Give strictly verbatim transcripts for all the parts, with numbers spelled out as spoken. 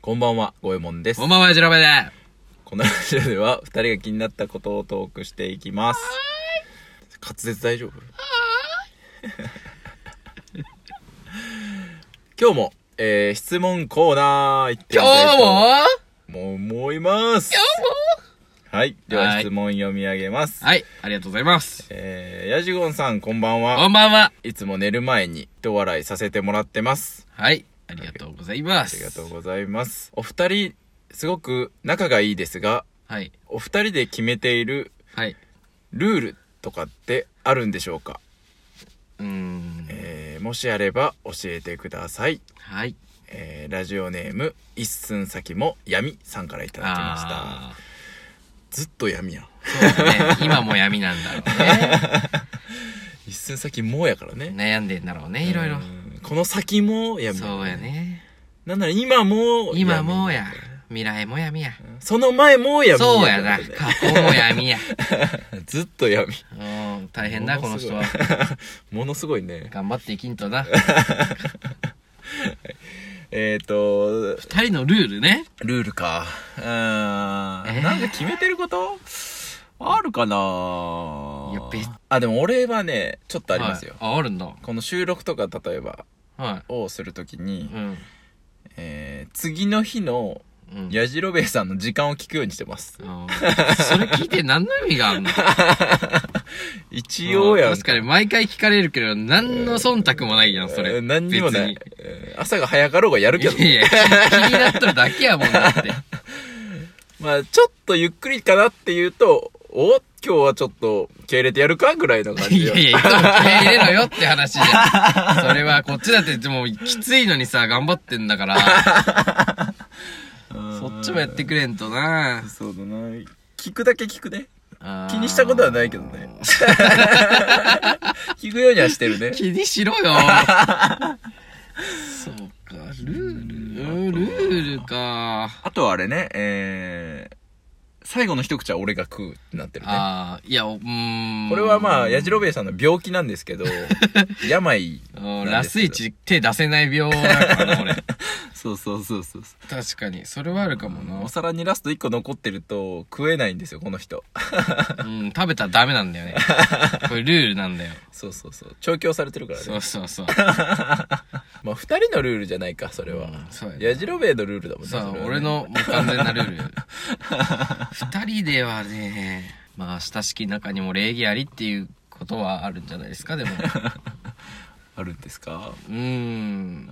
こんばんは、ごえもんです。 こんばんは、ジロベで。 このラジオではふたりが気になったことをトークしていきます。滑舌大丈夫？今日も、えー、質問コーナー行ってみたいと今日も思います。 今日もはい。でははい質問読み上げます。 はい、ありがとうございます。 えー、ヤジゴンさんこんばんは。 こんばんは。 いつも寝る前に一笑いさせてもらってます。 はい、ありがとうございまあす。 りがとうございます。お二人、すごく仲がいいですが、 はい。 お二人で決めているはい。 ルールとかってあるんでしょうか？ うーん。 えー、もしあれば教えてください。 はい。 えー、ラジオネーム一寸先も闇さんからいただきました。 あずっと闇やん。 ーそうだね。今も闇なんだろうね。 一寸先もやからね。 悩んでんだろうね、いろいろ。 うんこの先も闇、 そうやね。 なんなら今も闇。 今もや。未来も闇や。 その前も闇。 そうやな。過去も闇や。 ずっと闇。 うん、大変だ、この人は。 ものすごいね。 頑張って生きんとな。 えーと、 二人のルールね。 ルールか。うーん。 えーなんか決めてることあるかないや別あ、でも俺はね、ちょっとありますよ。 はい、あ、あるんだ。 この収録とか例えば、 はをするときに、 い。うん。 えー、次の日のうん。 やじろべえさんの時間を聞くようにしてます。 あーそれ聞いて何の意味があるの？ 一応やん。 確かに毎回聞かれるけど、何の忖度もないやん、それ。 えー何にもない別。 えー朝が早かろうがやるけど。 いやいや、気になっとるだけやもんだって。 まあちょっとゆっくりかなっていうと、お今日はちょっと、経入れてやるかぐらいの感じよ。 いやいや、いつも気合い入れろよって話じゃん。それはこっちだってもうきついのにさ、頑張ってんだから。そっちもやってくれんとな。 そうだな。聞くだけ聞くね。 あー気にしたことはないけどね。聞くようにはしてるね。 気にしろよ。そうか、ルールうんルールか。 あとはあれね、えー、最後の一口は俺が食うってなってるね。 ああ、いや、うーん。 これはまあ、やじろべえさんの病気なんですけど、病なんですけど。 ラスイチ手出せない病だからな、俺。 そうそうそうそう。 確かに、それはあるかもな。 お皿にラストいっこ残ってると食えないんですよ、この人。 うん、食べたらダメなんだよね。これルールなんだよ。 そうそうそう。調教されてるからね。 そうそうそう。 まあ、二人のルールじゃないか、それは。 うんそうやねやじろべえのルールだもんね。 そう、 れはね俺のもう完全なルール。二人ではね、まあ、親しき中にも礼儀ありっていうことはあるんじゃないですか、でも。 あるんですか？ うーん。 あ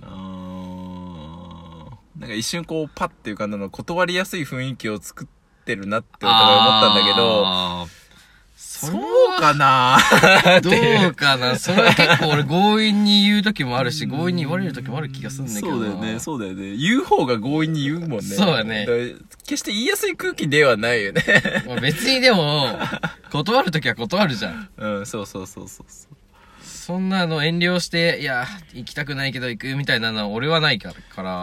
ーなんか一瞬こうパッていうかの断りやすい雰囲気を作ってるなってお互い思ったんだけど、 あーそうかなどうかな。それは結構俺強引に言う時もあるし、強引に言われる時もある気がするんだけど。 そうだよね、そうだよね。言う方が強引に言うもんね。 そうだねから決して言いやすい空気ではないよね。 まあ別にでも、断る時は断るじゃん。 うん、そうそうそうそうそう。 そんなの遠慮して、いや、行きたくないけど行くみたいなのは俺はないから、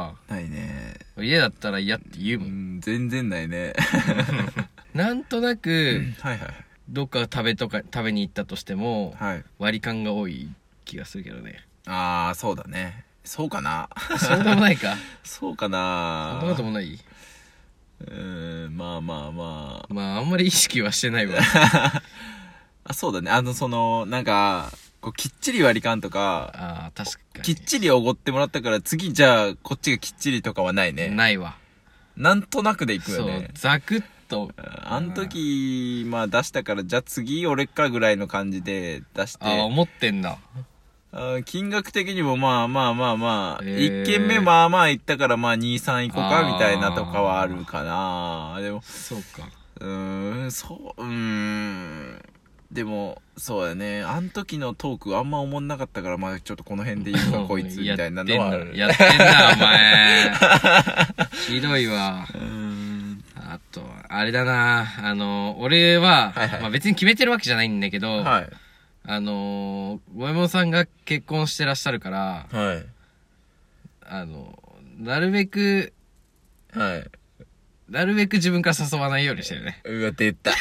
ないね。 家だったら嫌って言ううもん。 ん、全然ないね。 なんとなく、 はいはい。 どっか食べとか、食べに行ったとしても、 はい。 割り勘が多い気がするけどね。 ああ、そうだね。そうかな。 そうでもないか。 そうかそな。 んなこともないうーん、まあまあまあ。 まあ、あんまり意識はしてないわ。 あ、そうだね。あの、その、なんか、こう、きっちり割り勘とか、 ああ、確かに。 きっちりおごってもらったから次じゃあこっちがきっちりとかはないね。 ないわ。 なんとなくでいくそうよね。、 ザクッと。 あん時、まあ出したからじゃあ次俺かぐらいの感じで出して。 ああ、思ってんだ。 あ金額的にもまあまあまあまあ、 へー一軒目まあまあ行ったからまあに、さん行こうかあーみたいなとかはあるかな。でも、 そうか。 うーん、そう、うーん。でも、そうやね。あん時のトークあんま思んなかったから、まあちょっとこの辺で言うかこいつみたいなのはある。 やってんな、やってんなお前。ひどいわ。 うーん。 あと、あれだな、あの、俺は、 はいはいまあ別に決めてるわけじゃないんだけど、 はい。 あの、五右衛門さんが結婚してらっしゃるから、 はい。 あの、なるべく、 はい。 なるべく自分から誘わないようにしてるね。 うわ、出た。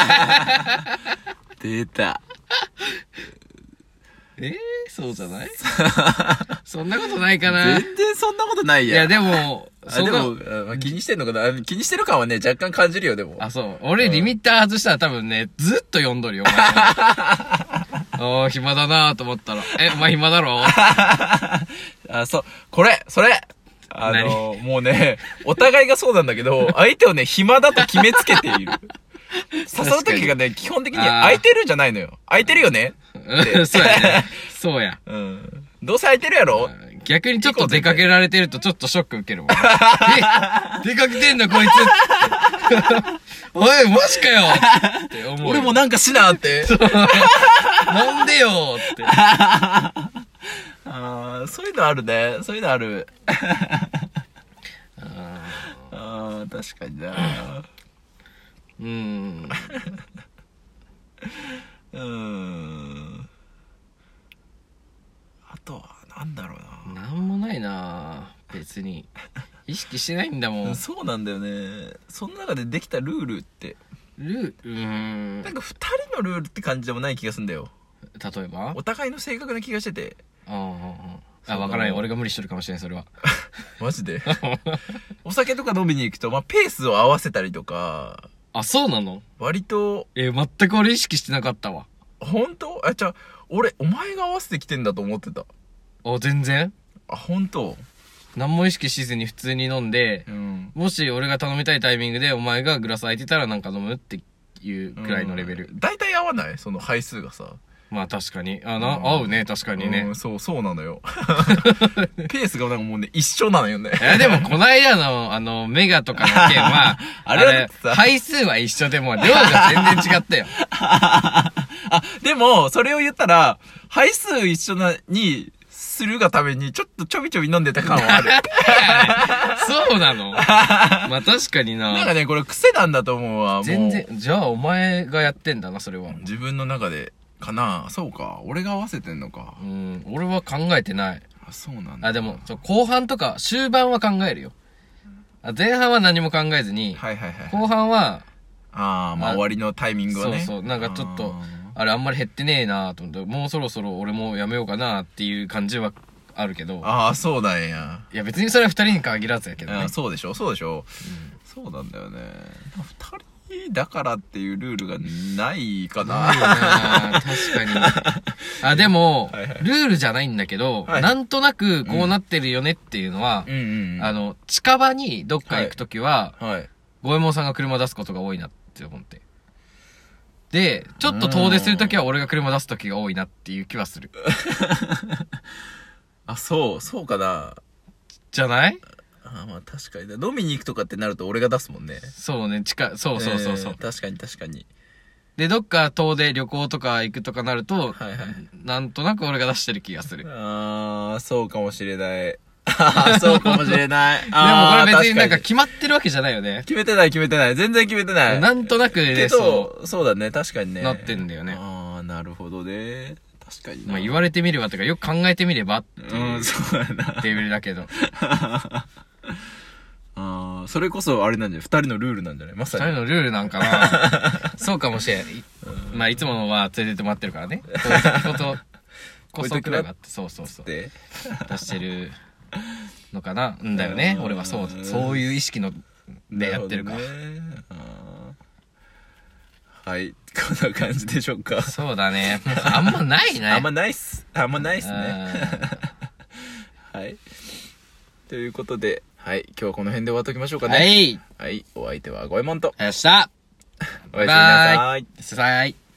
出た。 えー、そうじゃないそんなことないかな。 全然そんなことないいやん。 や、でも、 あでも、まあ、気にしてんのかな気にしてる感はね、若干感じるよ、でも。 あ、そう。俺、リミッター外したら多分ね、ずっと読んどるよ、お前。ああ、暇だなと思ったら。え、お前暇だろあ、そう。これ、それあの、もうね、お互いがそうなんだけど、相手をね、暇だと決めつけている。誘う時がね、基本的に空いてるじゃないのよ。空いてるよねってそうやね。そうや。 うん。どうせ空いてるやろ逆にちょっと出かけられてるとちょっとショック受けるもん。え、出かけてんのこいつおい、マジかよって思う。 俺もなんかしなって。 なんでよって。 ああ、そういうのあるね。そういうのある。ああ、確かにな。 うーん。 うーん。あとは、なんだろうな。なんもないな別に。意識してないんだもん。 そうなんだよね。その中でできたルールって。 ルール、うーん。 なんか二人のルールって感じでもない気がするんだよ。 例えばお互いの性格な気がしてて。 ああ、あ、わからない。俺が無理してるかもしれん、それは。 マジでお酒とか飲みに行くと、まあ、ペースを合わせたりとか。 あ、そうなの割と。 え、全く俺意識してなかったわ。 本当あ、じゃあ、俺、お前が合わせてきてんだと思ってた。 あ、全然あ、本当何も意識しずに普通に飲んで、 うん、 もし俺が頼みたいタイミングでお前がグラス空いてたらなんか飲むっていうくらいのレベル。 大体、うん、合わないその配数がさ。 まあ確かに。あ、な、うん、合うね、確かにね。 うん、そう、そうなのよ。ペースがなんかもうね、一緒なのよね。 いや、でもこの間の、あの、メガとかの件は、あれ、あれ配数は一緒でも、量が全然違ったよ。 あ、でも、それを言ったら、配数一緒な、に、するがために、ちょっとちょびちょび飲んでた感はある。 そうなのまあ確かにな。 なんかね、これ癖なんだと思うわ。 全然、じゃあお前がやってんだな、それは。 自分の中で。かなそうか。俺が合わせてんのか。 うん。俺は考えてない。 あ、そうなんだ。 あ、でも、後半とか、終盤は考えるよ。あ、前半は何も考えずに、 はいはいはい。 後半は、 ああ、まあ終わりのタイミングはね。 そうそう。なんかちょっと、あれあんまり減ってねえなと思って、もうそろそろ俺もやめようかなっていう感じはあるけど。 ああ、そうなんや。 いや別にそれは二人に限らずやけどね。 あ、そうでしょそうでしょ、うん、そうなんだよね。二人だからっていうルールがないかな。 ないよな確かに。あ、でも、はいはい、ルールじゃないんだけど、はい、なんとなくこうなってるよねっていうのは、うんうんうん、あの、近場にどっか行くときは、はいはい、五右衛門さんが車出すことが多いなって思って。で、ちょっと遠出するときは俺が車出すときが多いなっていう気はする。 あ、そう、そうかな。 じゃないあ、まあ確かに。飲みに行くとかってなると俺が出すもんね。 そうね、近、そうそうそうそう、えー。 確かに確かに。 で、どっか遠出旅行とか行くとかなると、はいはい、なんとなく俺が出してる気がする。 あー、そうかもしれない。あー、そうかもしれない。 でもこれ別になんか決まってるわけじゃないよね。 決めてない決めてない。全然決めてない。 なんとなくね、 そう。そうだね、確かにね。 なってんだよね。 あー、なるほどね。確かにな。 まあ言われてみればとかよく考えてみればっていう、 うん、そうだな。 レベルだけど。 ああ、それこそあれなんじゃない二人のルールなんじゃないまさに。 二人のルールなんかなそうかもしれん。まあいつものは連れてってもらってるからね。こういうことこそくらいがあって、そうそうそう。出してるのかな。んだよね。俺はそう、そういう意識のでやってるから。 はい。こんな感じでしょうか。 そうだね。あんまないね。 あんまないっす。あんまないっすね。はい。ということで、はい。今日はこの辺で終わっときましょうかね。 はい。 はい。お相手は五右衛門と。 ありがとうございました。 おやすみなさい。 おやすみなさい。